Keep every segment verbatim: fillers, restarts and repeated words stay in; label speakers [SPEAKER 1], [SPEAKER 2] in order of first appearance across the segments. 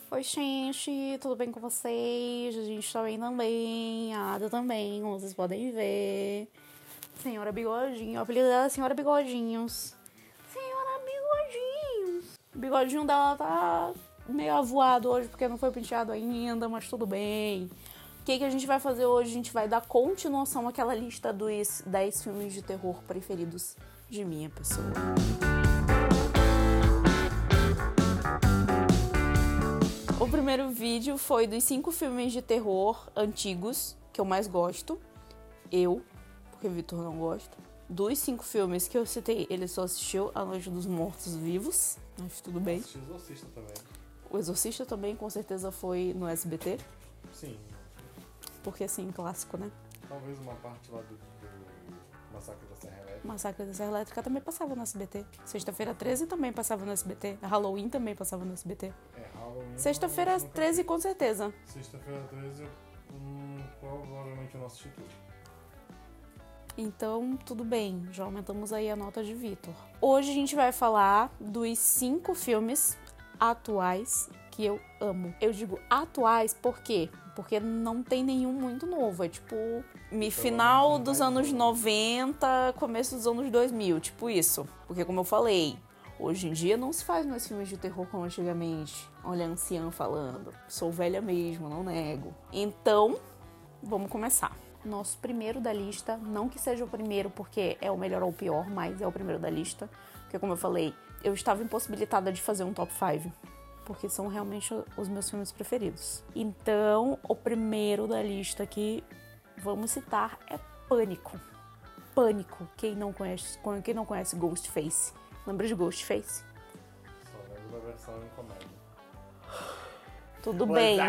[SPEAKER 1] Oi, gente, tudo bem com vocês? A gente tá bem também, a Ada também, como vocês podem ver. Senhora Bigodinho, o apelido dela é Senhora Bigodinhos. Senhora Bigodinhos. O bigodinho dela tá meio avoado hoje porque não foi penteado ainda, mas tudo bem. O que, que a gente vai fazer hoje? A gente vai dar continuação àquela lista dos dez filmes de terror preferidos de minha pessoa. O primeiro vídeo foi dos cinco filmes de terror antigos que eu mais gosto. Eu, porque o Vitor não gosta. Dos cinco filmes que eu citei, ele só assistiu A Noite dos Mortos Vivos. Acho tudo bem.
[SPEAKER 2] Assisti o Exorcista também.
[SPEAKER 1] O Exorcista também, com certeza, foi no S B T.
[SPEAKER 2] Sim.
[SPEAKER 1] Porque, assim, clássico, né?
[SPEAKER 2] Talvez uma parte lá do, do Massacre da Serra Elétrica.
[SPEAKER 1] Massacre da Serra Elétrica também passava no S B T. Sexta-feira treze também passava no S B T. Halloween também passava no S B T.
[SPEAKER 2] É, Halloween...
[SPEAKER 1] Sexta-feira
[SPEAKER 2] não-
[SPEAKER 1] treze, com certeza.
[SPEAKER 2] Sexta-feira treze, eu hum, provavelmente eu não assisti tudo.
[SPEAKER 1] Então, tudo bem. Já aumentamos aí a nota de Vitor. Hoje a gente vai falar dos cinco filmes atuais que eu amo. Eu digo atuais por quê? Porque não tem nenhum muito novo. É tipo, me final dos anos noventa, começo dos anos dois mil. Tipo isso. Porque como eu falei, hoje em dia não se faz mais filmes de terror como antigamente. Olha a anciã falando. Sou velha mesmo, não nego. Então, vamos começar. Nosso primeiro da lista, não que seja o primeiro porque é o melhor ou o pior, mas é o primeiro da lista. Porque como eu falei, eu estava impossibilitada de fazer um top cinco. Porque são realmente os meus filmes preferidos. Então, o primeiro da lista que vamos citar é Pânico. Pânico. Quem não conhece, quem não conhece Ghostface? Lembra de Ghostface?
[SPEAKER 2] Só lembro da versão em comédia.
[SPEAKER 1] Tudo
[SPEAKER 2] Pois
[SPEAKER 1] bem.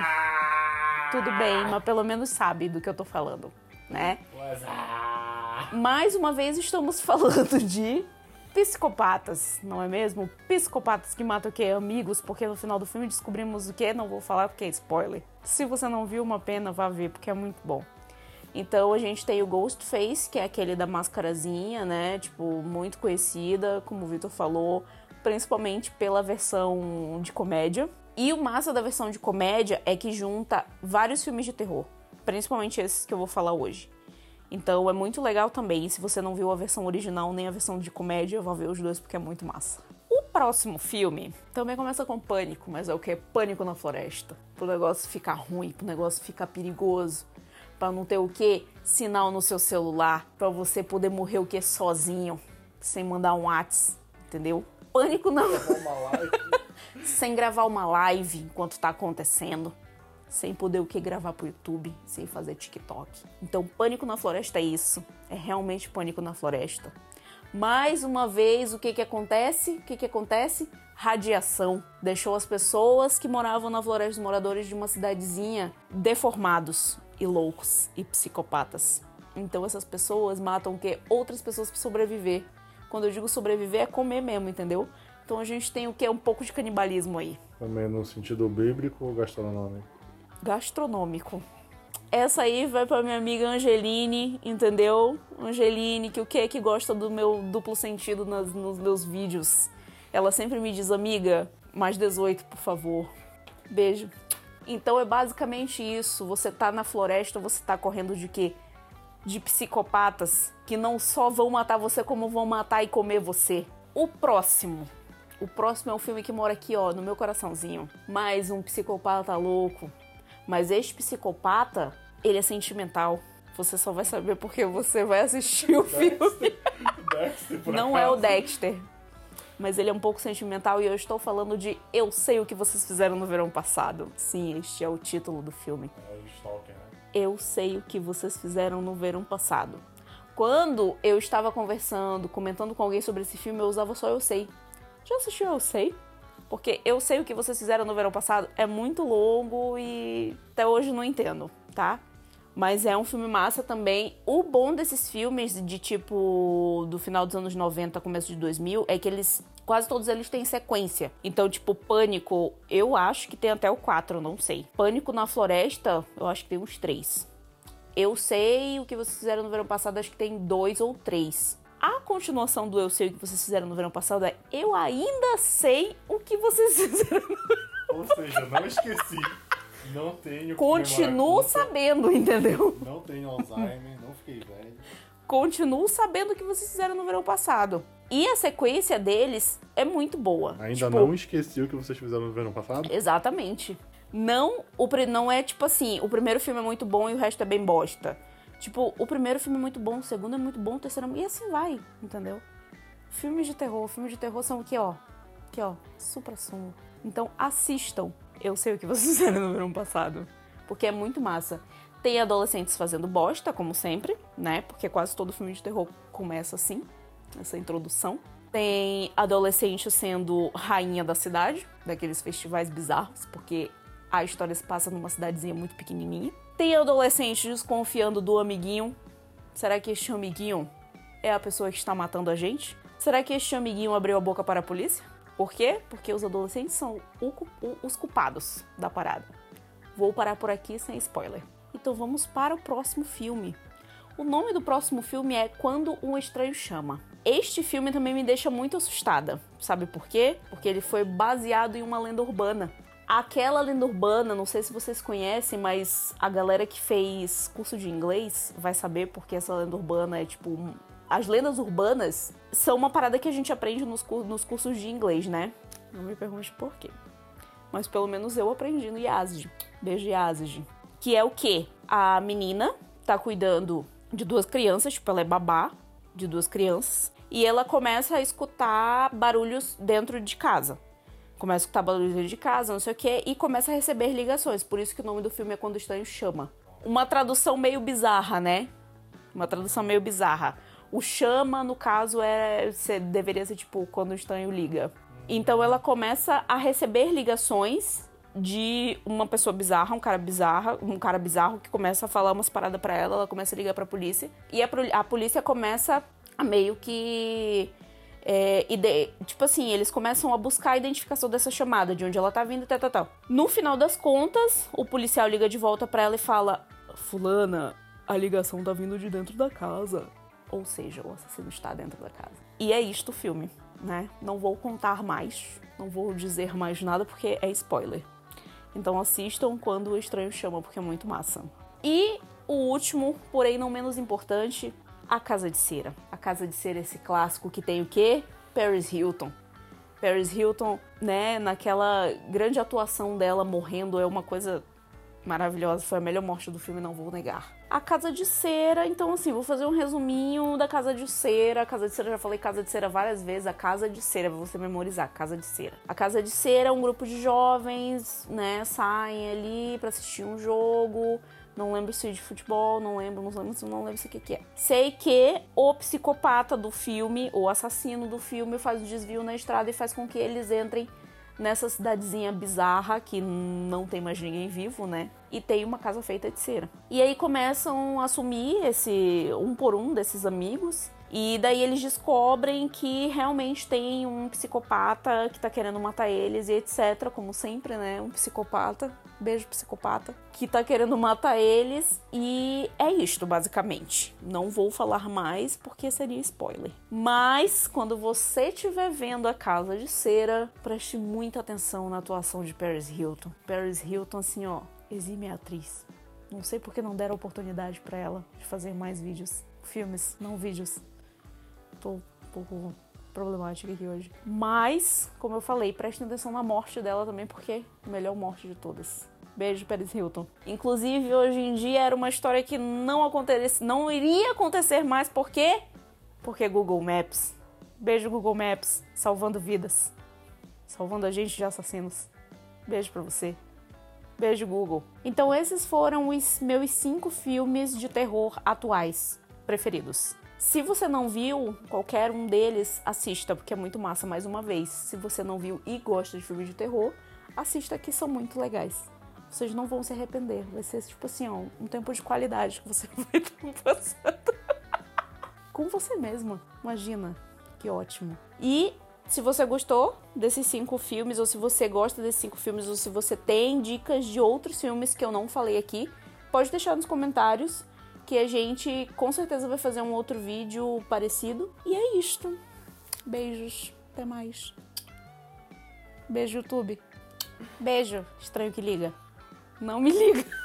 [SPEAKER 2] ah!
[SPEAKER 1] Tudo bem, mas pelo menos sabe do que eu tô falando, né?
[SPEAKER 2] Pois ah!
[SPEAKER 1] Mais uma vez estamos falando de psicopatas, não é mesmo? Psicopatas que matam o quê? Amigos, porque no final do filme descobrimos o quê? Não vou falar porque é spoiler. Se você não viu, uma pena, vá ver, porque é muito bom. Então a gente tem o Ghostface, que é aquele da mascarazinha, né? Tipo, muito conhecida, como o Vitor falou, principalmente pela versão de comédia. E o massa da versão de comédia é que junta vários filmes de terror, principalmente esses que eu vou falar hoje. Então é muito legal também. E se você não viu a versão original nem a versão de comédia, vá ver os dois porque é muito massa. O próximo filme também começa com Pânico, mas é o que? Pânico na Floresta. Pro negócio ficar ruim, pro negócio ficar perigoso. Pra não ter o quê? Sinal no seu celular. Pra você poder morrer o quê? Sozinho. Sem mandar um WhatsApp, entendeu? Pânico na...
[SPEAKER 2] Uma live.
[SPEAKER 1] Sem gravar uma live enquanto tá acontecendo. Sem poder o que gravar pro YouTube, sem fazer TikTok. Então, Pânico na Floresta é isso. É realmente Pânico na Floresta. Mais uma vez, o que que acontece? O que que acontece? Radiação. Deixou as pessoas que moravam na floresta, os moradores de uma cidadezinha, deformados e loucos e psicopatas. Então, essas pessoas matam o quê? Outras pessoas para sobreviver. Quando eu digo sobreviver, é comer mesmo, entendeu? Então, a gente tem o quê? Um pouco de canibalismo aí.
[SPEAKER 2] Também no sentido bíblico ou gastronômico?
[SPEAKER 1] Gastronômico. Essa aí vai pra minha amiga Angeline, entendeu? Angeline, que o que é que gosta do meu duplo sentido nas, nos meus vídeos. Ela sempre me diz, amiga, mais dezoito, por favor. Beijo. Então é basicamente isso. Você tá na floresta, você tá correndo de quê? De psicopatas que não só vão matar você, como vão matar e comer você. O próximo. O próximo é um filme que mora aqui, ó, no meu coraçãozinho. Mais um psicopata louco. Mas este psicopata, ele é sentimental. Você só vai saber porque você vai assistir o filme.
[SPEAKER 2] Dexter, por
[SPEAKER 1] Não
[SPEAKER 2] acaso.
[SPEAKER 1] é o Dexter. Mas ele é um pouco sentimental e eu estou falando de Eu Sei O Que Vocês Fizeram no Verão Passado. Sim, este é o título do filme.
[SPEAKER 2] É o Stalker, né?
[SPEAKER 1] Eu Sei O Que Vocês Fizeram no Verão Passado. Quando eu estava conversando, comentando com alguém sobre esse filme, eu usava só Eu Sei. Já assistiu Eu Sei? Porque Eu Sei O Que Vocês Fizeram no Verão Passado é muito longo e até hoje não entendo, tá? Mas é um filme massa também. O bom desses filmes de tipo do final dos anos noventa, começo de dois mil, é que eles, quase todos eles têm sequência. Então, tipo, Pânico, eu acho que tem até o quatro, eu não sei. Pânico na Floresta, eu acho que tem uns três. Eu Sei O Que Vocês Fizeram no Verão Passado, acho que tem dois ou três. A continuação do Eu Sei O Que Vocês Fizeram no Verão Passado é Eu Ainda Sei O Que Vocês Fizeram no Verão
[SPEAKER 2] Ou seja, não esqueci. Não tenho.
[SPEAKER 1] Continuo sabendo, entendeu?
[SPEAKER 2] Não tenho Alzheimer, não fiquei velho.
[SPEAKER 1] Continuo sabendo o que vocês fizeram no verão passado. E a sequência deles é muito boa.
[SPEAKER 2] Ainda
[SPEAKER 1] tipo,
[SPEAKER 2] não esqueci o que vocês fizeram no verão passado?
[SPEAKER 1] Exatamente. Não, o, não é tipo assim, o primeiro filme é muito bom e o resto é bem bosta. Tipo, o primeiro filme é muito bom, o segundo é muito bom, o terceiro é muito... E assim vai, entendeu? Filmes de terror, filmes de terror são o que, ó? Aqui, ó, supra-sumo. Então assistam. Eu sei o que vocês fizeram no verão passado. Porque é muito massa. Tem adolescentes fazendo bosta, como sempre, né? Porque quase todo filme de terror começa assim, essa introdução. Tem adolescente sendo rainha da cidade, daqueles festivais bizarros, porque a história se passa numa cidadezinha muito pequenininha. Tem adolescente desconfiando do amiguinho. Será que este amiguinho é a pessoa que está matando a gente? Será que este amiguinho abriu a boca para a polícia? Por quê? Porque os adolescentes são o, o, os culpados da parada. Vou parar por aqui sem spoiler. Então vamos para o próximo filme. O nome do próximo filme é Quando um Estranho Chama. Este filme também me deixa muito assustada. Sabe por quê? Porque ele foi baseado em uma lenda urbana. Aquela lenda urbana, não sei se vocês conhecem, mas a galera que fez curso de inglês vai saber porque essa lenda urbana é tipo... As lendas urbanas são uma parada que a gente aprende nos, nos cursos de inglês, né? Não me pergunte por quê. Mas pelo menos eu aprendi no Yazid. Beijo, Yazid. Que é o quê? A menina tá cuidando de duas crianças, tipo, ela é babá de duas crianças. E ela começa a escutar barulhos dentro de casa. Começa a escutar barulhos dentro de casa, não sei o quê, e começa a receber ligações. Por isso que o nome do filme é Quando o Estranho Chama. Uma tradução meio bizarra, né? Uma tradução meio bizarra. O chama, no caso, é, deveria ser tipo Quando o Estranho Liga. Então ela começa a receber ligações de uma pessoa bizarra, um cara bizarra, um cara bizarro que começa a falar umas paradas pra ela, ela começa a ligar pra polícia. E a, a polícia começa a meio que... É, ide... Tipo assim, eles começam a buscar a identificação dessa chamada, de onde ela tá vindo e tal, tal, tal. No final das contas, o policial liga de volta pra ela e fala: fulana, a ligação tá vindo de dentro da casa. Ou seja, o assassino está dentro da casa. E é isto o filme, né? Não vou contar mais, não vou dizer mais nada porque é spoiler. Então assistam Quando o Estranho Chama, porque é muito massa. E o último, porém não menos importante, A Casa de Cera. A Casa de Cera é esse clássico que tem o quê? Paris Hilton. Paris Hilton, né, naquela grande atuação dela morrendo, é uma coisa maravilhosa. Foi a melhor morte do filme, não vou negar. A Casa de Cera, então assim, vou fazer um resuminho da Casa de Cera. A Casa de Cera, já falei Casa de Cera várias vezes. A Casa de Cera, pra você memorizar, Casa de Cera. A Casa de Cera é um grupo de jovens, né, saem ali pra assistir um jogo. Não lembro se é de futebol, não lembro, não lembro, não lembro se o que que é. Sei que o psicopata do filme, o assassino do filme, faz um desvio na estrada e faz com que eles entrem nessa cidadezinha bizarra que não tem mais ninguém vivo, né? E tem uma casa feita de cera. E aí começam a assumir esse um por um desses amigos. E daí eles descobrem que realmente tem um psicopata que tá querendo matar eles e etcétera. Como sempre, né? Um psicopata. Beijo, psicopata. Que tá querendo matar eles. E é isto, basicamente. Não vou falar mais porque seria spoiler. Mas, quando você estiver vendo A Casa de Cera, preste muita atenção na atuação de Paris Hilton. Paris Hilton, assim, ó, exime atriz. Não sei porque não deram oportunidade pra ela de fazer mais vídeos. Filmes, não vídeos. Tô um pouco problemática aqui hoje. Mas, como eu falei, prestem atenção na morte dela também, porque é a melhor morte de todas. Beijo, Paris Hilton. Inclusive, hoje em dia era uma história que não acontece, não iria acontecer mais. Por quê? Porque Google Maps. Beijo, Google Maps. Salvando vidas. Salvando a gente de assassinos. Beijo pra você. Beijo, Google. Então, esses foram os meus cinco filmes de terror atuais preferidos. Se você não viu qualquer um deles, assista, porque é muito massa, mais uma vez. Se você não viu e gosta de filmes de terror, assista, que são muito legais. Vocês não vão se arrepender. Vai ser, tipo assim, ó, um tempo de qualidade que você vai estar passando. Com você mesma. Imagina. Que ótimo. E se você gostou desses cinco filmes, ou se você gosta desses cinco filmes, ou se você tem dicas de outros filmes que eu não falei aqui, pode deixar nos comentários, que a gente com certeza vai fazer um outro vídeo parecido. E é isto. Beijos. Até mais. Beijo, YouTube. Beijo, estranho que liga. Não me liga.